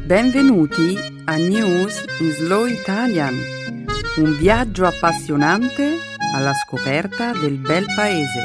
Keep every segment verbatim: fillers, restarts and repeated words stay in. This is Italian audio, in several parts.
Benvenuti a News in Slow Italian, un viaggio appassionante alla scoperta del bel paese.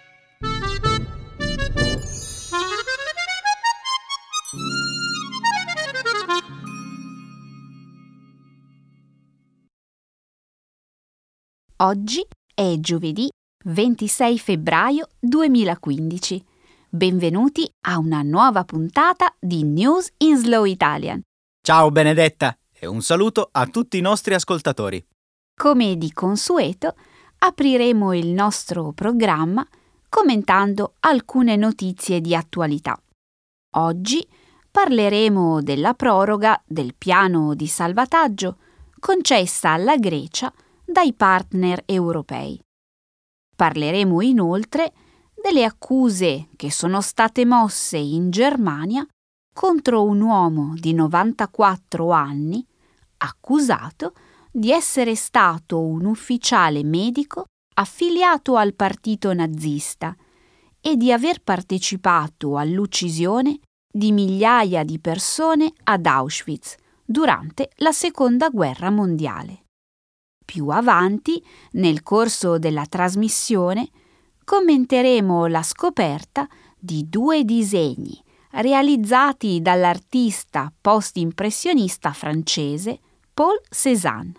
Oggi è giovedì ventisei febbraio duemilaquindici. Benvenuti a una nuova puntata di News in Slow Italian. Ciao Benedetta e un saluto a tutti i nostri ascoltatori. Come di consueto, apriremo il nostro programma commentando alcune notizie di attualità. Oggi parleremo della proroga del piano di salvataggio concessa alla Grecia dai partner europei. Parleremo inoltre delle accuse che sono state mosse in Germania contro un uomo di novantaquattro anni accusato di essere stato un ufficiale medico affiliato al partito nazista e di aver partecipato all'uccisione di migliaia di persone ad Auschwitz durante la Seconda Guerra Mondiale. Più avanti, nel corso della trasmissione, commenteremo la scoperta di due disegni realizzati dall'artista post-impressionista francese Paul Cézanne.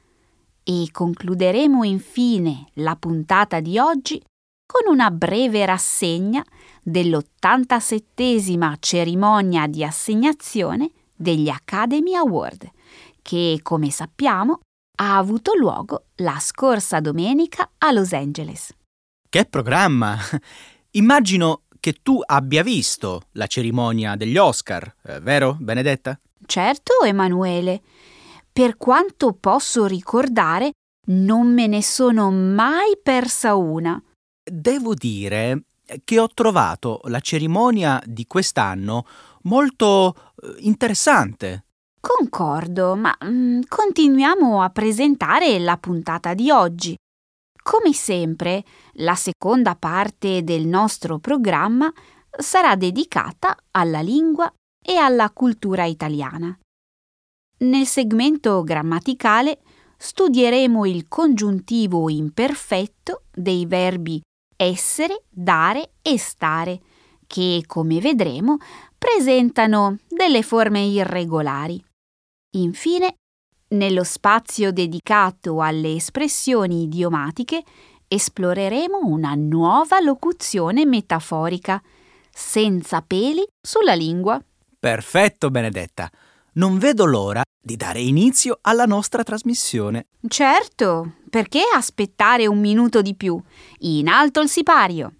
E concluderemo infine la puntata di oggi con una breve rassegna dell'ottantasettesima cerimonia di assegnazione degli Academy Award, che, come sappiamo, ha avuto luogo la scorsa domenica a Los Angeles. Che programma! Immagino che tu abbia visto la cerimonia degli Oscar, eh, vero Benedetta? Certo, Emanuele. Per quanto posso ricordare, non me ne sono mai persa una. Devo dire che ho trovato la cerimonia di quest'anno molto eh, interessante. Concordo, ma mm, continuiamo a presentare la puntata di oggi. Come sempre, la seconda parte del nostro programma sarà dedicata alla lingua e alla cultura italiana. Nel segmento grammaticale studieremo il congiuntivo imperfetto dei verbi essere, dare e stare, che, come vedremo, presentano delle forme irregolari. Infine, nello spazio dedicato alle espressioni idiomatiche, esploreremo una nuova locuzione metaforica, senza peli sulla lingua. Perfetto, Benedetta. Non vedo l'ora di dare inizio alla nostra trasmissione. Certo, perché aspettare un minuto di più? In alto il sipario!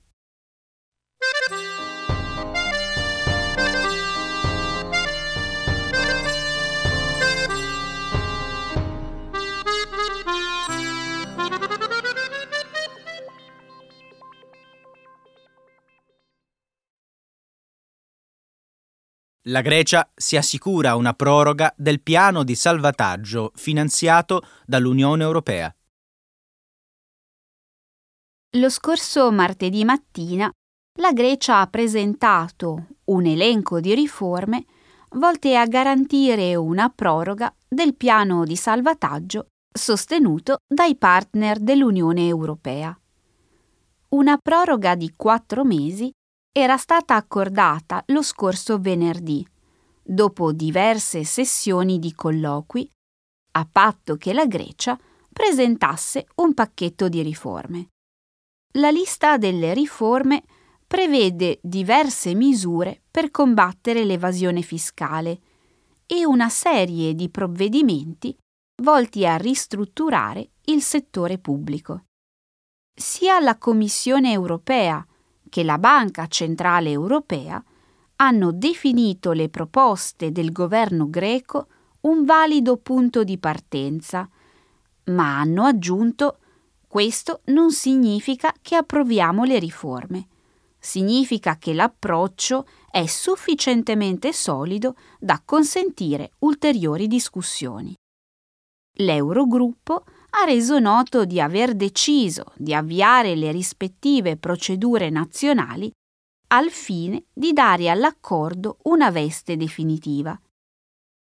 La Grecia si assicura una proroga del piano di salvataggio finanziato dall'Unione Europea. Lo scorso martedì mattina la Grecia ha presentato un elenco di riforme volte a garantire una proroga del piano di salvataggio sostenuto dai partner dell'Unione Europea. Una proroga di quattro mesi era stata accordata lo scorso venerdì, dopo diverse sessioni di colloqui, a patto che la Grecia presentasse un pacchetto di riforme. La lista delle riforme prevede diverse misure per combattere l'evasione fiscale e una serie di provvedimenti volti a ristrutturare il settore pubblico. Sia la Commissione europea che la Banca Centrale Europea hanno definito le proposte del governo greco un valido punto di partenza, ma hanno aggiunto: questo non significa che approviamo le riforme. Significa che l'approccio è sufficientemente solido da consentire ulteriori discussioni. L'Eurogruppo ha reso noto di aver deciso di avviare le rispettive procedure nazionali al fine di dare all'accordo una veste definitiva.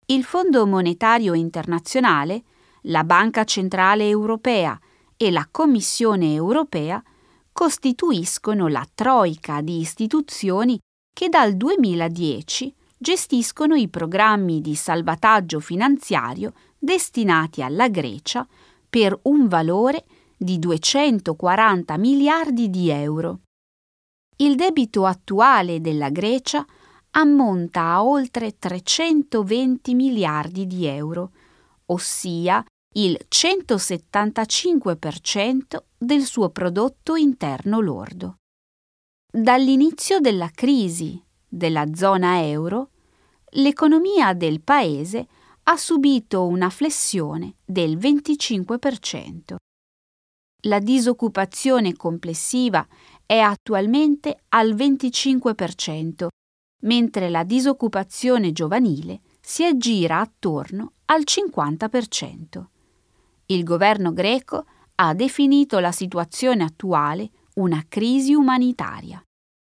Il Fondo Monetario Internazionale, la Banca Centrale Europea e la Commissione Europea costituiscono la troika di istituzioni che dal duemiladieci gestiscono i programmi di salvataggio finanziario destinati alla Grecia per un valore di duecentoquaranta miliardi di euro. Il debito attuale della Grecia ammonta a oltre trecentoventi miliardi di euro, ossia il centosettantacinque per cento del suo prodotto interno lordo. Dall'inizio della crisi della zona euro, l'economia del paese ha subito una flessione del venticinque per cento. La disoccupazione complessiva è attualmente al venticinque per cento, mentre la disoccupazione giovanile si aggira attorno al cinquanta per cento. Il governo greco ha definito la situazione attuale una crisi umanitaria.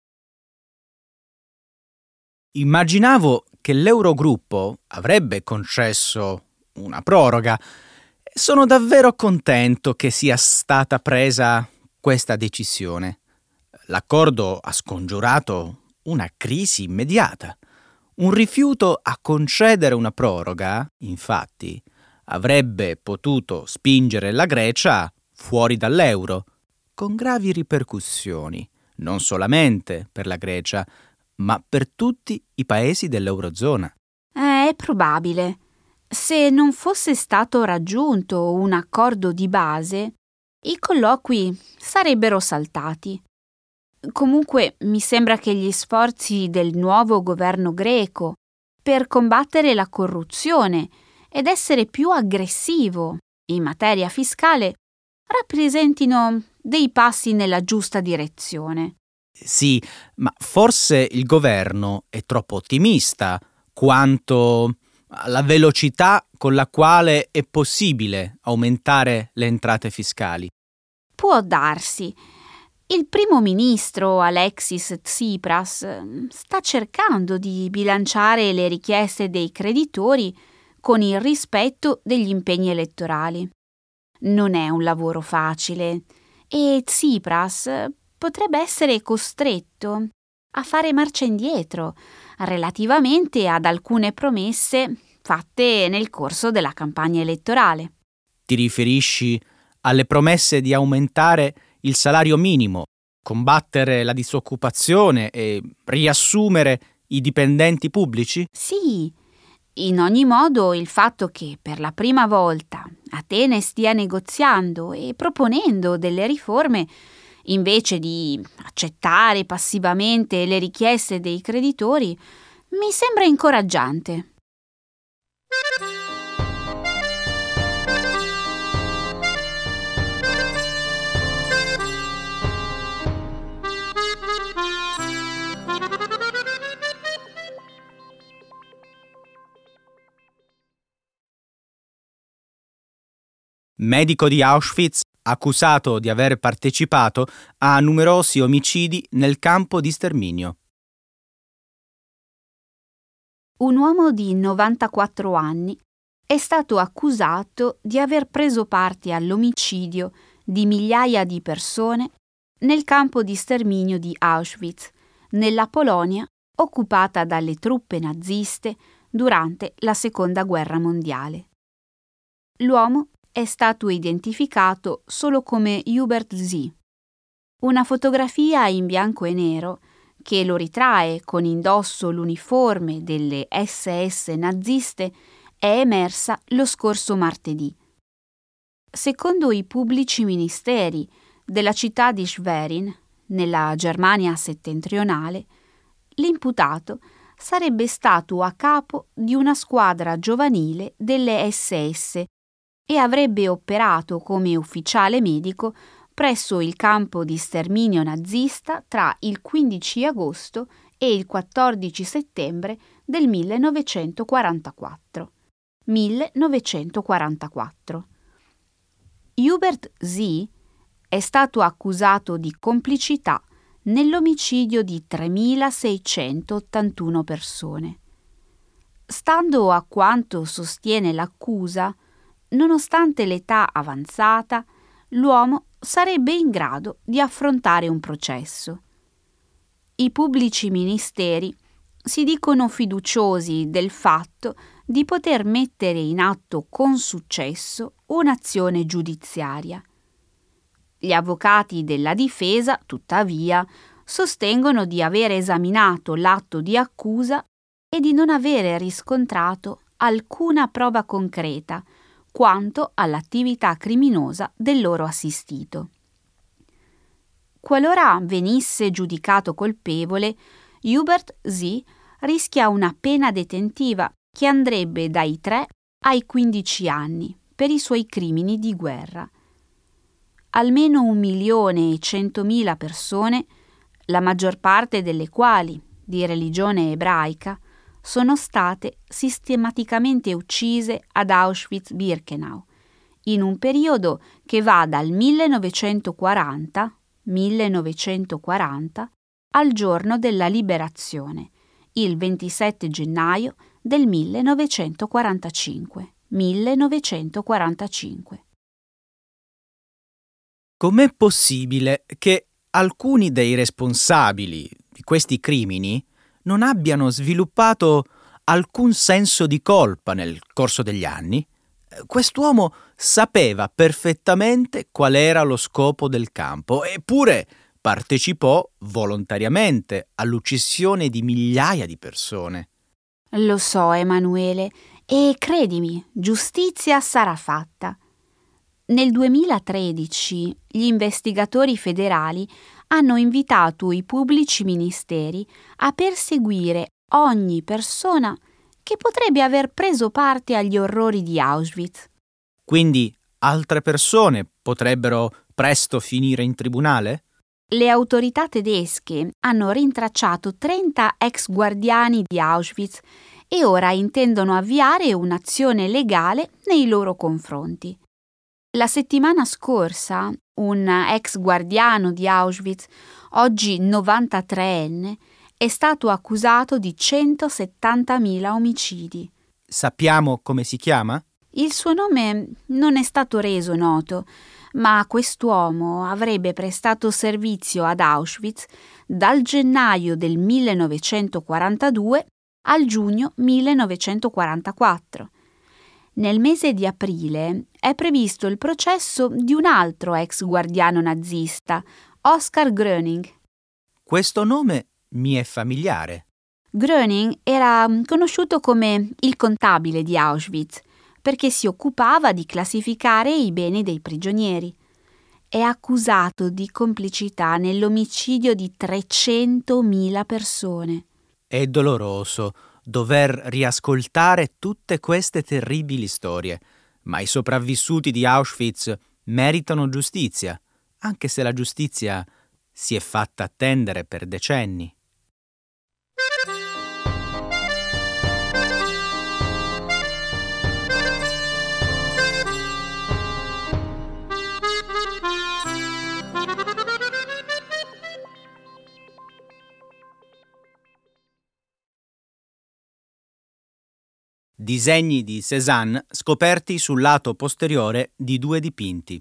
Immaginavo che l'Eurogruppo avrebbe concesso una proroga. Sono davvero contento che sia stata presa questa decisione. L'accordo ha scongiurato una crisi immediata. Un rifiuto a concedere una proroga, infatti, avrebbe potuto spingere la Grecia fuori dall'euro, con gravi ripercussioni, non solamente per la Grecia, ma per tutti i paesi dell'Eurozona. È probabile. Se non fosse stato raggiunto un accordo di base, i colloqui sarebbero saltati. Comunque mi sembra che gli sforzi del nuovo governo greco per combattere la corruzione ed essere più aggressivo in materia fiscale rappresentino dei passi nella giusta direzione. Sì, ma forse il governo è troppo ottimista quanto alla velocità con la quale è possibile aumentare le entrate fiscali. Può darsi. Il primo ministro Alexis Tsipras sta cercando di bilanciare le richieste dei creditori con il rispetto degli impegni elettorali. Non è un lavoro facile e Tsipras potrebbe essere costretto a fare marcia indietro relativamente ad alcune promesse fatte nel corso della campagna elettorale. Ti riferisci alle promesse di aumentare il salario minimo, combattere la disoccupazione e riassumere i dipendenti pubblici? Sì, in ogni modo il fatto che per la prima volta Atene stia negoziando e proponendo delle riforme invece di accettare passivamente le richieste dei creditori mi sembra incoraggiante. Medico di Auschwitz, accusato di aver partecipato a numerosi omicidi nel campo di sterminio. Un uomo di novantaquattro anni è stato accusato di aver preso parte all'omicidio di migliaia di persone nel campo di sterminio di Auschwitz, nella Polonia occupata dalle truppe naziste durante la Seconda Guerra Mondiale. L'uomo è stato identificato solo come Hubert Z. Una fotografia in bianco e nero che lo ritrae con indosso l'uniforme delle esse esse naziste è emersa lo scorso martedì. Secondo i pubblici ministeri della città di Schwerin, nella Germania settentrionale, l'imputato sarebbe stato a capo di una squadra giovanile delle esse esse e avrebbe operato come ufficiale medico presso il campo di sterminio nazista tra il quindici agosto e il quattordici settembre del millenovecentoquarantaquattro. millenovecentoquarantaquattro. Hubert Z. è stato accusato di complicità nell'omicidio di tremilaseicentottantuno persone. Stando a quanto sostiene l'accusa, nonostante l'età avanzata, l'uomo sarebbe in grado di affrontare un processo. I pubblici ministeri si dicono fiduciosi del fatto di poter mettere in atto con successo un'azione giudiziaria. Gli avvocati della difesa, tuttavia, sostengono di aver esaminato l'atto di accusa e di non avere riscontrato alcuna prova concreta quanto all'attività criminosa del loro assistito. Qualora venisse giudicato colpevole, Hubert Z. rischia una pena detentiva che andrebbe dai tre ai quindici anni per i suoi crimini di guerra. Almeno un milione e centomila persone, la maggior parte delle quali di religione ebraica, sono state sistematicamente uccise ad Auschwitz-Birkenau, in un periodo che va dal millenovecentoquaranta, millenovecentoquaranta al giorno della liberazione, il ventisette gennaio del millenovecentoquarantacinque. millenovecentoquarantacinque. Com'è possibile che alcuni dei responsabili di questi crimini non abbiano sviluppato alcun senso di colpa nel corso degli anni? Quest'uomo sapeva perfettamente qual era lo scopo del campo, eppure partecipò volontariamente all'uccisione di migliaia di persone. Lo so, Emanuele, e credimi, giustizia sarà fatta. Nel duemilatredici gli investigatori federali hanno invitato i pubblici ministeri a perseguire ogni persona che potrebbe aver preso parte agli orrori di Auschwitz. Quindi altre persone potrebbero presto finire in tribunale? Le autorità tedesche hanno rintracciato trenta ex guardiani di Auschwitz e ora intendono avviare un'azione legale nei loro confronti. La settimana scorsa un ex guardiano di Auschwitz, oggi novantatreenne, è stato accusato di centosettantamila omicidi. Sappiamo come si chiama? Il suo nome non è stato reso noto, ma quest'uomo avrebbe prestato servizio ad Auschwitz dal gennaio del millenovecentoquarantadue al giugno millenovecentoquarantaquattro. Nel mese di aprile è previsto il processo di un altro ex guardiano nazista, Oskar Gröning. Questo nome mi è familiare. Gröning era conosciuto come il contabile di Auschwitz perché si occupava di classificare i beni dei prigionieri. È accusato di complicità nell'omicidio di trecentomila persone. È doloroso dover riascoltare tutte queste terribili storie, ma i sopravvissuti di Auschwitz meritano giustizia, anche se la giustizia si è fatta attendere per decenni. Disegni di Cézanne scoperti sul lato posteriore di due dipinti.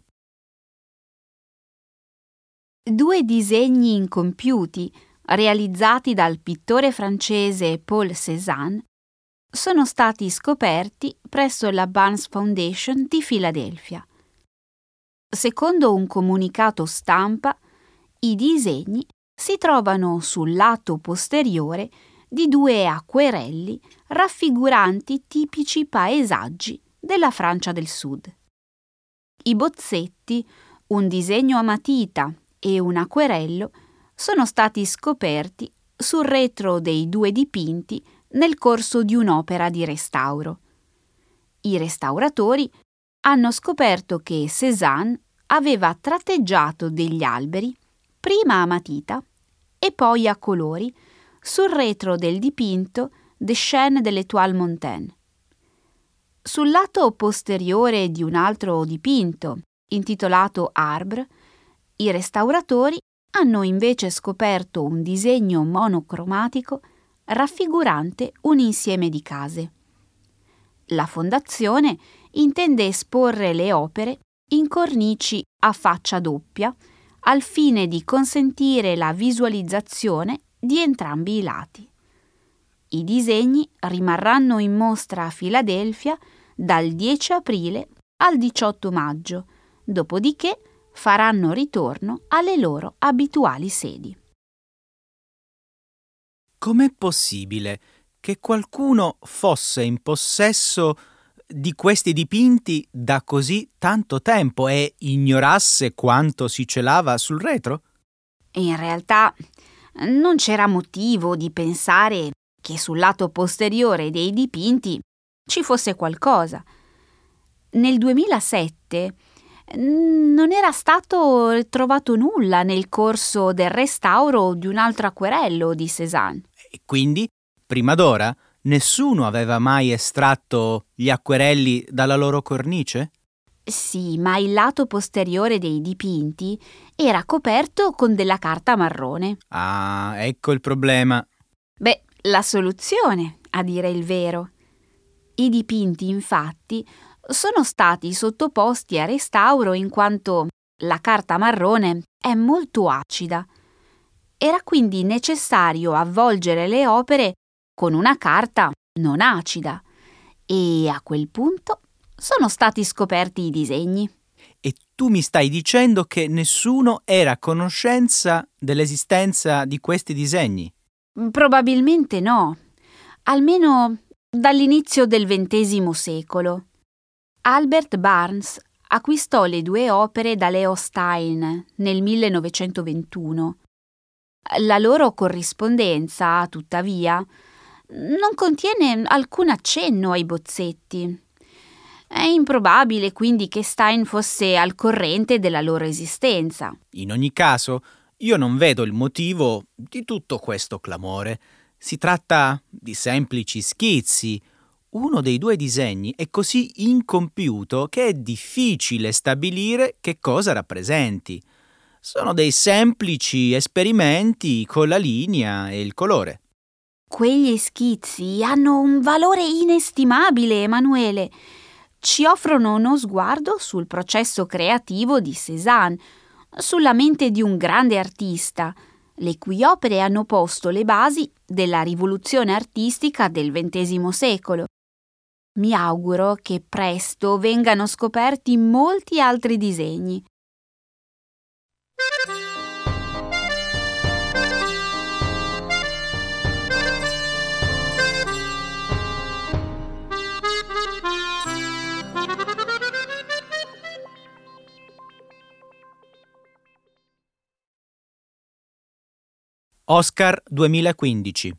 Due disegni incompiuti, realizzati dal pittore francese Paul Cézanne, sono stati scoperti presso la Barnes Foundation di Filadelfia. Secondo un comunicato stampa, i disegni si trovano sul lato posteriore di due acquerelli raffiguranti tipici paesaggi della Francia del Sud. I bozzetti, un disegno a matita e un acquerello sono stati scoperti sul retro dei due dipinti nel corso di un'opera di restauro. I restauratori hanno scoperto che Cézanne aveva tratteggiato degli alberi, prima a matita e poi a colori, sul retro del dipinto Des Chênes de l'Étoile Montagne. Sul lato posteriore di un altro dipinto, intitolato Arbre, i restauratori hanno invece scoperto un disegno monocromatico raffigurante un insieme di case. La fondazione intende esporre le opere in cornici a faccia doppia al fine di consentire la visualizzazione di entrambi i lati. I disegni rimarranno in mostra a Filadelfia dal dieci aprile al diciotto maggio, dopodiché faranno ritorno alle loro abituali sedi. Com'è possibile che qualcuno fosse in possesso di questi dipinti da così tanto tempo e ignorasse quanto si celava sul retro? In realtà non c'era motivo di pensare che sul lato posteriore dei dipinti ci fosse qualcosa. Nel duemilasette non era stato trovato nulla nel corso del restauro di un altro acquerello di Cézanne. E quindi, prima d'ora, nessuno aveva mai estratto gli acquerelli dalla loro cornice? Sì, ma il lato posteriore dei dipinti era coperto con della carta marrone. Ah, ecco il problema. Beh, la soluzione, a dire il vero. I dipinti, infatti, sono stati sottoposti a restauro in quanto la carta marrone è molto acida. Era quindi necessario avvolgere le opere con una carta non acida e a quel punto sono stati scoperti i disegni. E tu mi stai dicendo che nessuno era a conoscenza dell'esistenza di questi disegni? Probabilmente no, almeno dall'inizio del ventesimo secolo. Albert Barnes acquistò le due opere da Leo Stein nel millenovecentoventuno. La loro corrispondenza, tuttavia, non contiene alcun accenno ai bozzetti. È improbabile quindi che Stein fosse al corrente della loro esistenza. In ogni caso, io non vedo il motivo di tutto questo clamore. Si tratta di semplici schizzi. Uno dei due disegni è così incompiuto che è difficile stabilire che cosa rappresenti. Sono dei semplici esperimenti con la linea e il colore. Quegli schizzi hanno un valore inestimabile, Emanuele. Ci offrono uno sguardo sul processo creativo di Cézanne, sulla mente di un grande artista, le cui opere hanno posto le basi della rivoluzione artistica del ventesimo secolo. Mi auguro che presto vengano scoperti molti altri disegni. Oscar duemilaquindici.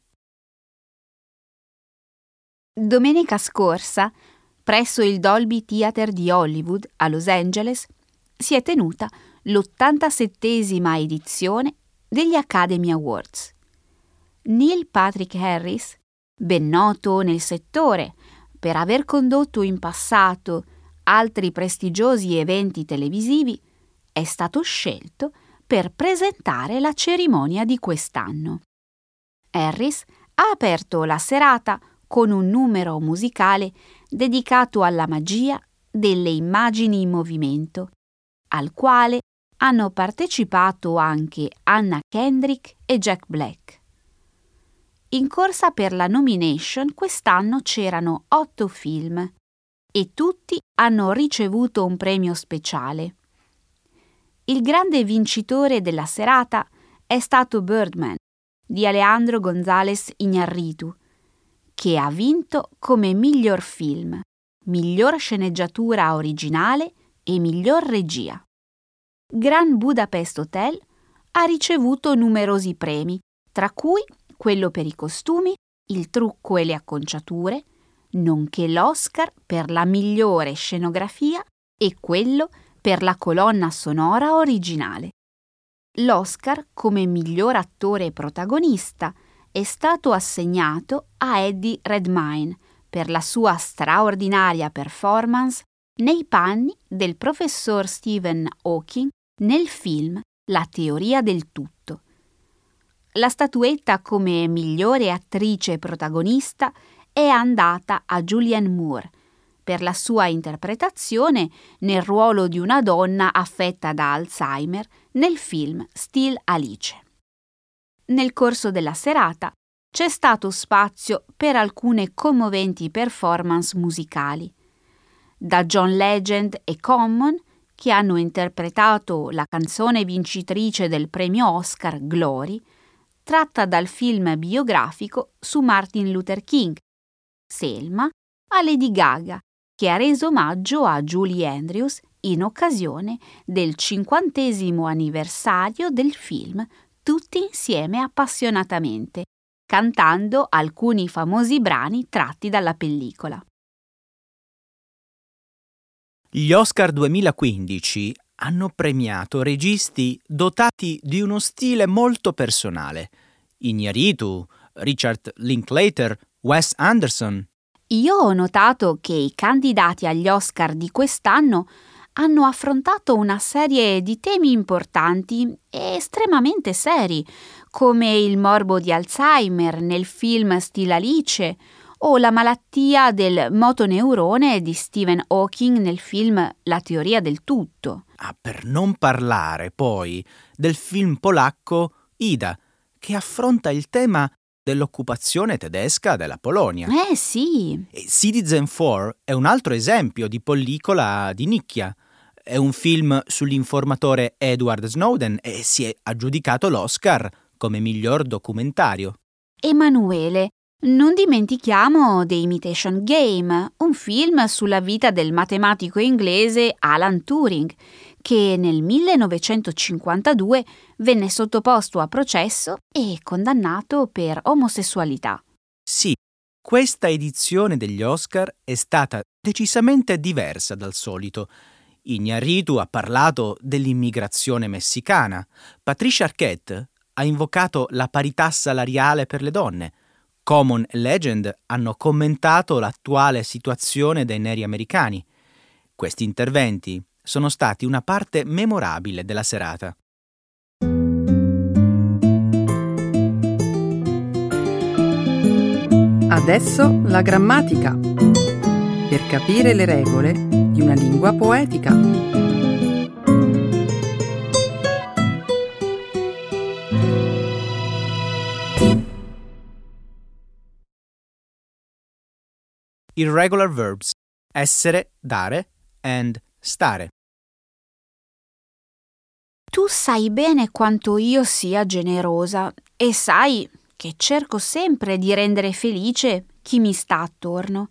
Domenica scorsa, presso il Dolby Theatre di Hollywood, a Los Angeles, si è tenuta l'ottantasettesima edizione degli Academy Awards. Neil Patrick Harris, ben noto nel settore per aver condotto in passato altri prestigiosi eventi televisivi, è stato scelto per presentare la cerimonia di quest'anno. Harris ha aperto la serata con un numero musicale dedicato alla magia delle immagini in movimento, al quale hanno partecipato anche Anna Kendrick e Jack Black. In corsa per la nomination quest'anno c'erano otto film e tutti hanno ricevuto un premio speciale. Il grande vincitore della serata è stato Birdman di Alejandro González Iñárritu, che ha vinto come miglior film, miglior sceneggiatura originale e miglior regia. Grand Budapest Hotel ha ricevuto numerosi premi, tra cui quello per i costumi, il trucco e le acconciature, nonché l'Oscar per la migliore scenografia e quello per la colonna sonora originale. L'Oscar come miglior attore protagonista è stato assegnato a Eddie Redmayne per la sua straordinaria performance nei panni del professor Stephen Hawking nel film La teoria del tutto. La statuetta come migliore attrice protagonista è andata a Julianne Moore per la sua interpretazione nel ruolo di una donna affetta da Alzheimer nel film Still Alice. Nel corso della serata c'è stato spazio per alcune commoventi performance musicali. Da John Legend e Common, che hanno interpretato la canzone vincitrice del premio Oscar Glory, tratta dal film biografico su Martin Luther King, Selma, a Lady Gaga, che ha reso omaggio a Julie Andrews in occasione del cinquantesimo anniversario del film Tutti insieme appassionatamente, cantando alcuni famosi brani tratti dalla pellicola. Gli Oscar duemilaquindici hanno premiato registi dotati di uno stile molto personale. Iñárritu, Richard Linklater, Wes Anderson. Io ho notato che i candidati agli Oscar di quest'anno hanno affrontato una serie di temi importanti e estremamente seri, come il morbo di Alzheimer nel film Still Alice o la malattia del motoneurone di Stephen Hawking nel film La teoria del tutto. Ah, per non parlare poi del film polacco Ida, che affronta il tema dell'occupazione tedesca della Polonia. Eh sì! E Citizen Four è un altro esempio di pellicola di nicchia. È un film sull'informatore Edward Snowden e si è aggiudicato l'Oscar come miglior documentario. Emanuele, non dimentichiamo The Imitation Game, un film sulla vita del matematico inglese Alan Turing, che nel millenovecentocinquantadue venne sottoposto a processo e condannato per omosessualità. Sì, questa edizione degli Oscar è stata decisamente diversa dal solito. Iñárritu ha parlato dell'immigrazione messicana. Patricia Arquette ha invocato la parità salariale per le donne. Common e Legend hanno commentato l'attuale situazione dei neri americani. Questi interventi sono stati una parte memorabile della serata. Adesso la grammatica, per capire le regole di una lingua poetica. Irregular verbs: essere, dare, and stare. Tu sai bene quanto io sia generosa e sai che cerco sempre di rendere felice chi mi sta attorno.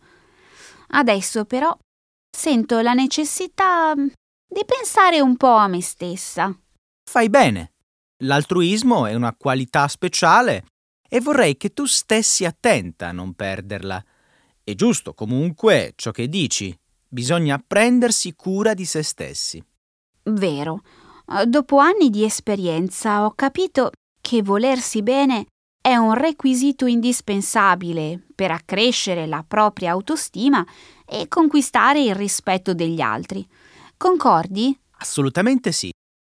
Adesso però sento la necessità di pensare un po' a me stessa. Fai bene. L'altruismo è una qualità speciale e vorrei che tu stessi attenta a non perderla. È giusto comunque ciò che dici. Bisogna prendersi cura di se stessi. Vero. Dopo anni di esperienza ho capito che volersi bene è un requisito indispensabile per accrescere la propria autostima e conquistare il rispetto degli altri. Concordi? Assolutamente sì.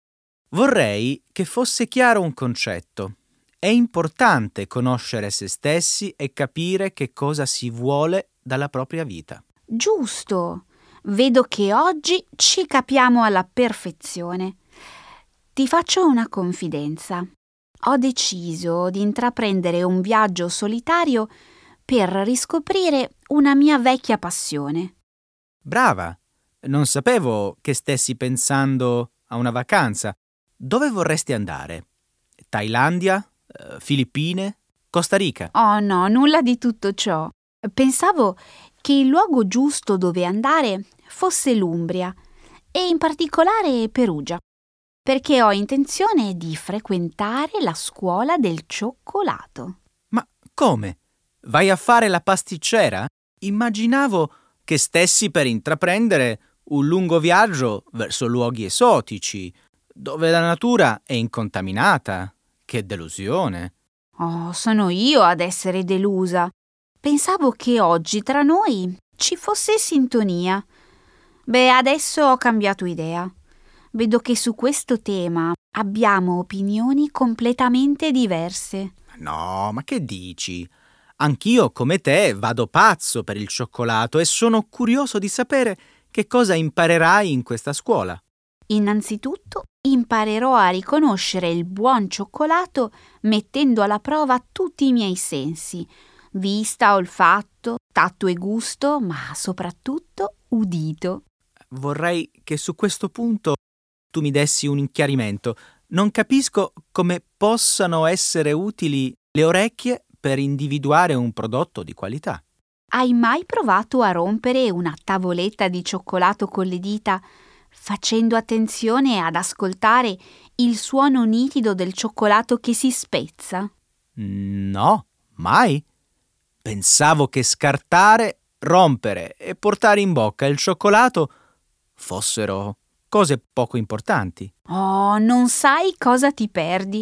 Vorrei che fosse chiaro un concetto. È importante conoscere se stessi e capire che cosa si vuole dalla propria vita. Giusto. Vedo che oggi ci capiamo alla perfezione. Ti faccio una confidenza. Ho deciso di intraprendere un viaggio solitario per riscoprire una mia vecchia passione. Brava! Non sapevo che stessi pensando a una vacanza. Dove vorresti andare? Thailandia? Filippine? Costa Rica? Oh no, nulla di tutto ciò. Pensavo che il luogo giusto dove andare fosse l'Umbria e in particolare Perugia, perché ho intenzione di frequentare la scuola del cioccolato. Ma come? Vai a fare la pasticcera? Immaginavo che stessi per intraprendere un lungo viaggio verso luoghi esotici, dove la natura è incontaminata. Che delusione! Oh, sono io ad essere delusa. Pensavo che oggi tra noi ci fosse sintonia. Beh, adesso ho cambiato idea. Vedo che su questo tema abbiamo opinioni completamente diverse. No, ma che dici? Anch'io, come te, vado pazzo per il cioccolato e sono curioso di sapere che cosa imparerai in questa scuola. Innanzitutto imparerò a riconoscere il buon cioccolato mettendo alla prova tutti i miei sensi: vista, olfatto, tatto e gusto, ma soprattutto udito. Vorrei che su questo punto tu mi dessi un chiarimento. Non capisco come possano essere utili le orecchie per individuare un prodotto di qualità. Hai mai provato a rompere una tavoletta di cioccolato con le dita, facendo attenzione ad ascoltare il suono nitido del cioccolato che si spezza? No, mai. Pensavo che scartare, rompere e portare in bocca il cioccolato fossero cose poco importanti. Oh, non sai cosa ti perdi.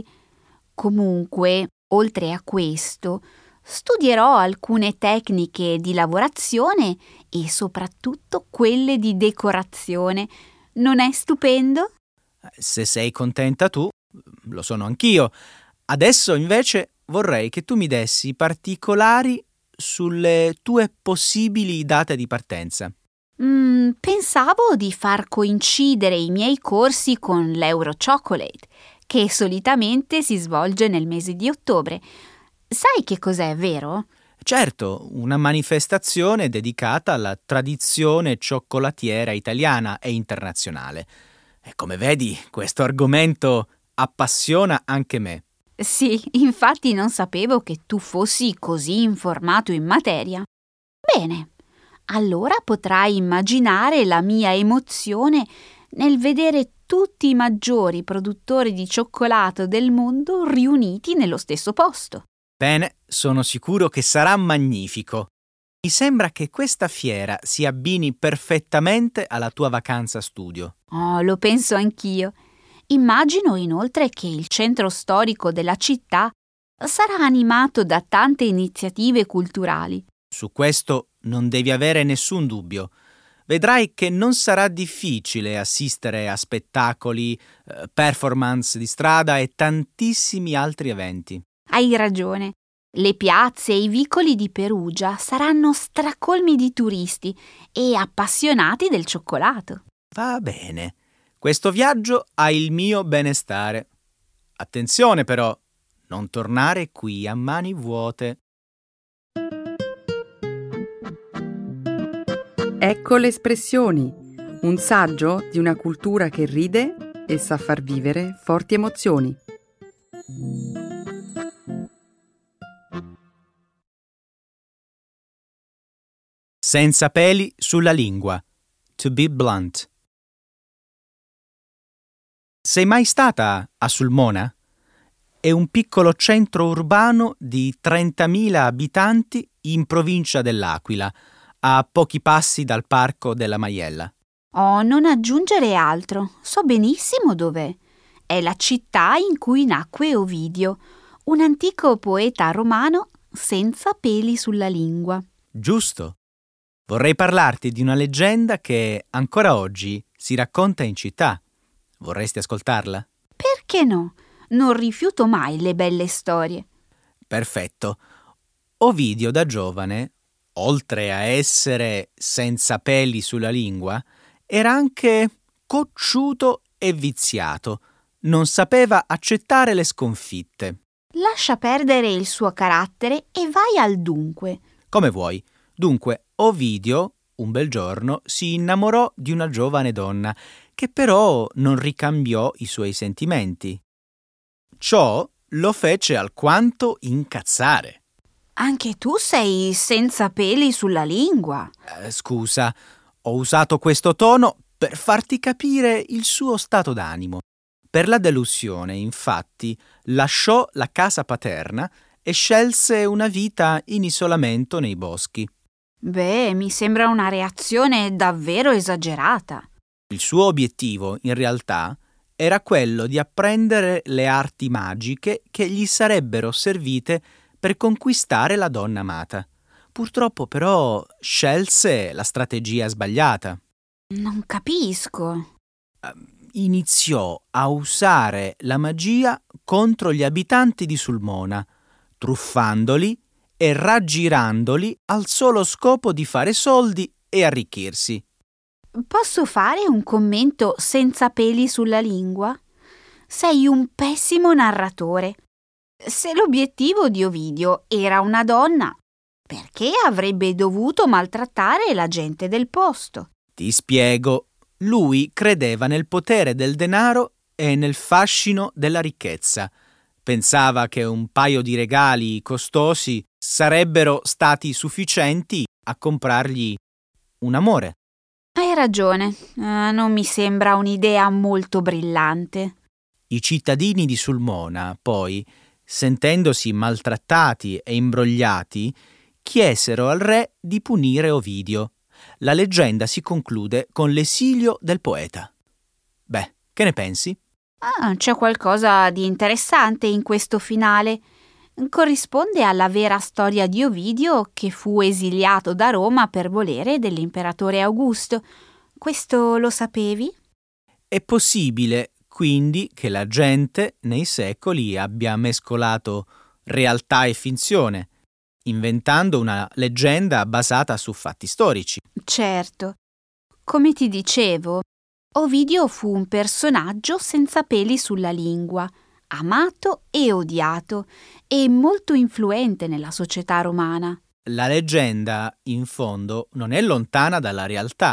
Comunque, oltre a questo, studierò alcune tecniche di lavorazione e soprattutto quelle di decorazione. Non è stupendo? Se sei contenta tu, lo sono anch'io. Adesso invece vorrei che tu mi dessi particolari sulle tue possibili date di partenza. Mm, pensavo di far coincidere i miei corsi con l'Euro Chocolate, che solitamente si svolge nel mese di ottobre. Sai che cos'è, vero? Certo, una manifestazione dedicata alla tradizione cioccolatiera italiana e internazionale. E come vedi, questo argomento appassiona anche me. Sì, infatti non sapevo che tu fossi così informato in materia. Bene, allora potrai immaginare la mia emozione nel vedere tutti i maggiori produttori di cioccolato del mondo riuniti nello stesso posto. Bene, sono sicuro che sarà magnifico. Mi sembra che questa fiera si abbini perfettamente alla tua vacanza studio. Oh, lo penso anch'io. Immagino inoltre che il centro storico della città sarà animato da tante iniziative culturali. Su questo non devi avere nessun dubbio. Vedrai che non sarà difficile assistere a spettacoli, performance di strada e tantissimi altri eventi. Hai ragione. Le piazze e i vicoli di Perugia saranno stracolmi di turisti e appassionati del cioccolato. Va bene. Questo viaggio ha il mio benestare. Attenzione però, non tornare qui a mani vuote. Ecco le espressioni, un saggio di una cultura che ride e sa far vivere forti emozioni. Senza peli sulla lingua. To be blunt. Sei mai stata a Sulmona? È un piccolo centro urbano di trentamila abitanti in provincia dell'Aquila, a pochi passi dal Parco della Maiella. Oh, non aggiungere altro. So benissimo dov'è. È la città in cui nacque Ovidio, un antico poeta romano senza peli sulla lingua. Giusto. Vorrei parlarti di una leggenda che ancora oggi si racconta in città. Vorresti ascoltarla? Perché no? Non rifiuto mai le belle storie. Perfetto. Ovidio da giovane, oltre a essere senza peli sulla lingua, era anche cocciuto e viziato. Non sapeva accettare le sconfitte. Lascia perdere il suo carattere e vai al dunque. Come vuoi. Dunque, Ovidio, un bel giorno, si innamorò di una giovane donna, che però non ricambiò i suoi sentimenti. Ciò lo fece alquanto incazzare. Anche tu sei senza peli sulla lingua. Eh, scusa, ho usato questo tono per farti capire il suo stato d'animo. Per la delusione, infatti, lasciò la casa paterna e scelse una vita in isolamento nei boschi. Beh, mi sembra una reazione davvero esagerata. Il suo obiettivo, in realtà, era quello di apprendere le arti magiche che gli sarebbero servite per conquistare la donna amata. Purtroppo, però, scelse la strategia sbagliata. Non capisco. iniziò a usare la magia contro gli abitanti di Sulmona, truffandoli e raggirandoli al solo scopo di fare soldi e arricchirsi. Posso fare un commento senza peli sulla lingua? Sei un pessimo narratore. Se l'obiettivo di Ovidio era una donna, perché avrebbe dovuto maltrattare la gente del posto? Ti spiego. Lui credeva nel potere del denaro e nel fascino della ricchezza. Pensava che un paio di regali costosi sarebbero stati sufficienti a comprargli un amore. Hai ragione, uh, non mi sembra un'idea molto brillante. I cittadini di Sulmona, poi, sentendosi maltrattati e imbrogliati, chiesero al re di punire Ovidio. La leggenda si conclude con l'esilio del poeta. Beh, che ne pensi? Ah, c'è qualcosa di interessante in questo finale. Corrisponde alla vera storia di Ovidio, che fu esiliato da Roma per volere dell'imperatore Augusto. Questo lo sapevi? È possibile, quindi, che la gente nei secoli abbia mescolato realtà e finzione, inventando una leggenda basata su fatti storici. Certo. Come ti dicevo, Ovidio fu un personaggio senza peli sulla lingua, amato e odiato, e molto influente nella società romana. La leggenda, in fondo, non è lontana dalla realtà.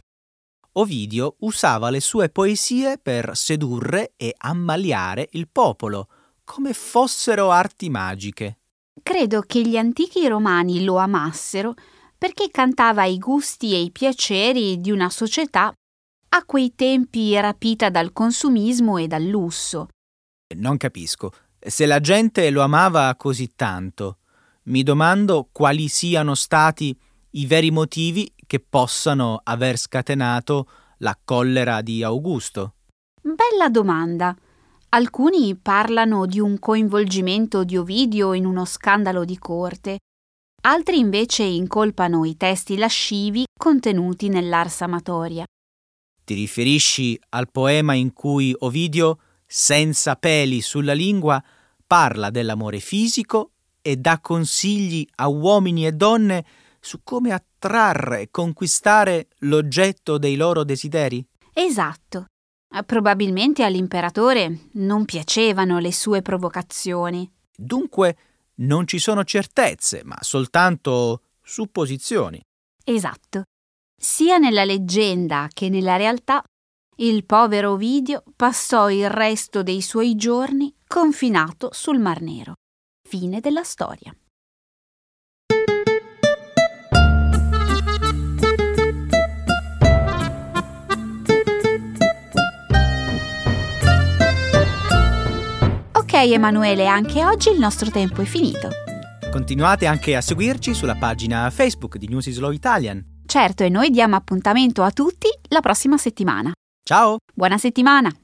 Ovidio usava le sue poesie per sedurre e ammaliare il popolo, come fossero arti magiche. Credo che gli antichi romani lo amassero perché cantava i gusti e i piaceri di una società a quei tempi rapita dal consumismo e dal lusso. Non capisco. Se la gente lo amava così tanto, mi domando quali siano stati i veri motivi che possano aver scatenato la collera di Augusto. Bella domanda. Alcuni parlano di un coinvolgimento di Ovidio in uno scandalo di corte, altri invece incolpano i testi lascivi contenuti nell'Ars Amatoria. Ti riferisci al poema in cui Ovidio, senza peli sulla lingua, parla dell'amore fisico e dà consigli a uomini e donne su come attrarre e conquistare l'oggetto dei loro desideri? Esatto. Probabilmente all'imperatore non piacevano le sue provocazioni. Dunque non ci sono certezze, ma soltanto supposizioni. Esatto. Sia nella leggenda che nella realtà, il povero Ovidio passò il resto dei suoi giorni confinato sul Mar Nero. Fine della storia. Ok Emanuele, anche oggi il nostro tempo è finito. Continuate anche a seguirci sulla pagina Facebook di News is Slow Italian. Certo, e noi diamo appuntamento a tutti la prossima settimana. Ciao! Buona settimana!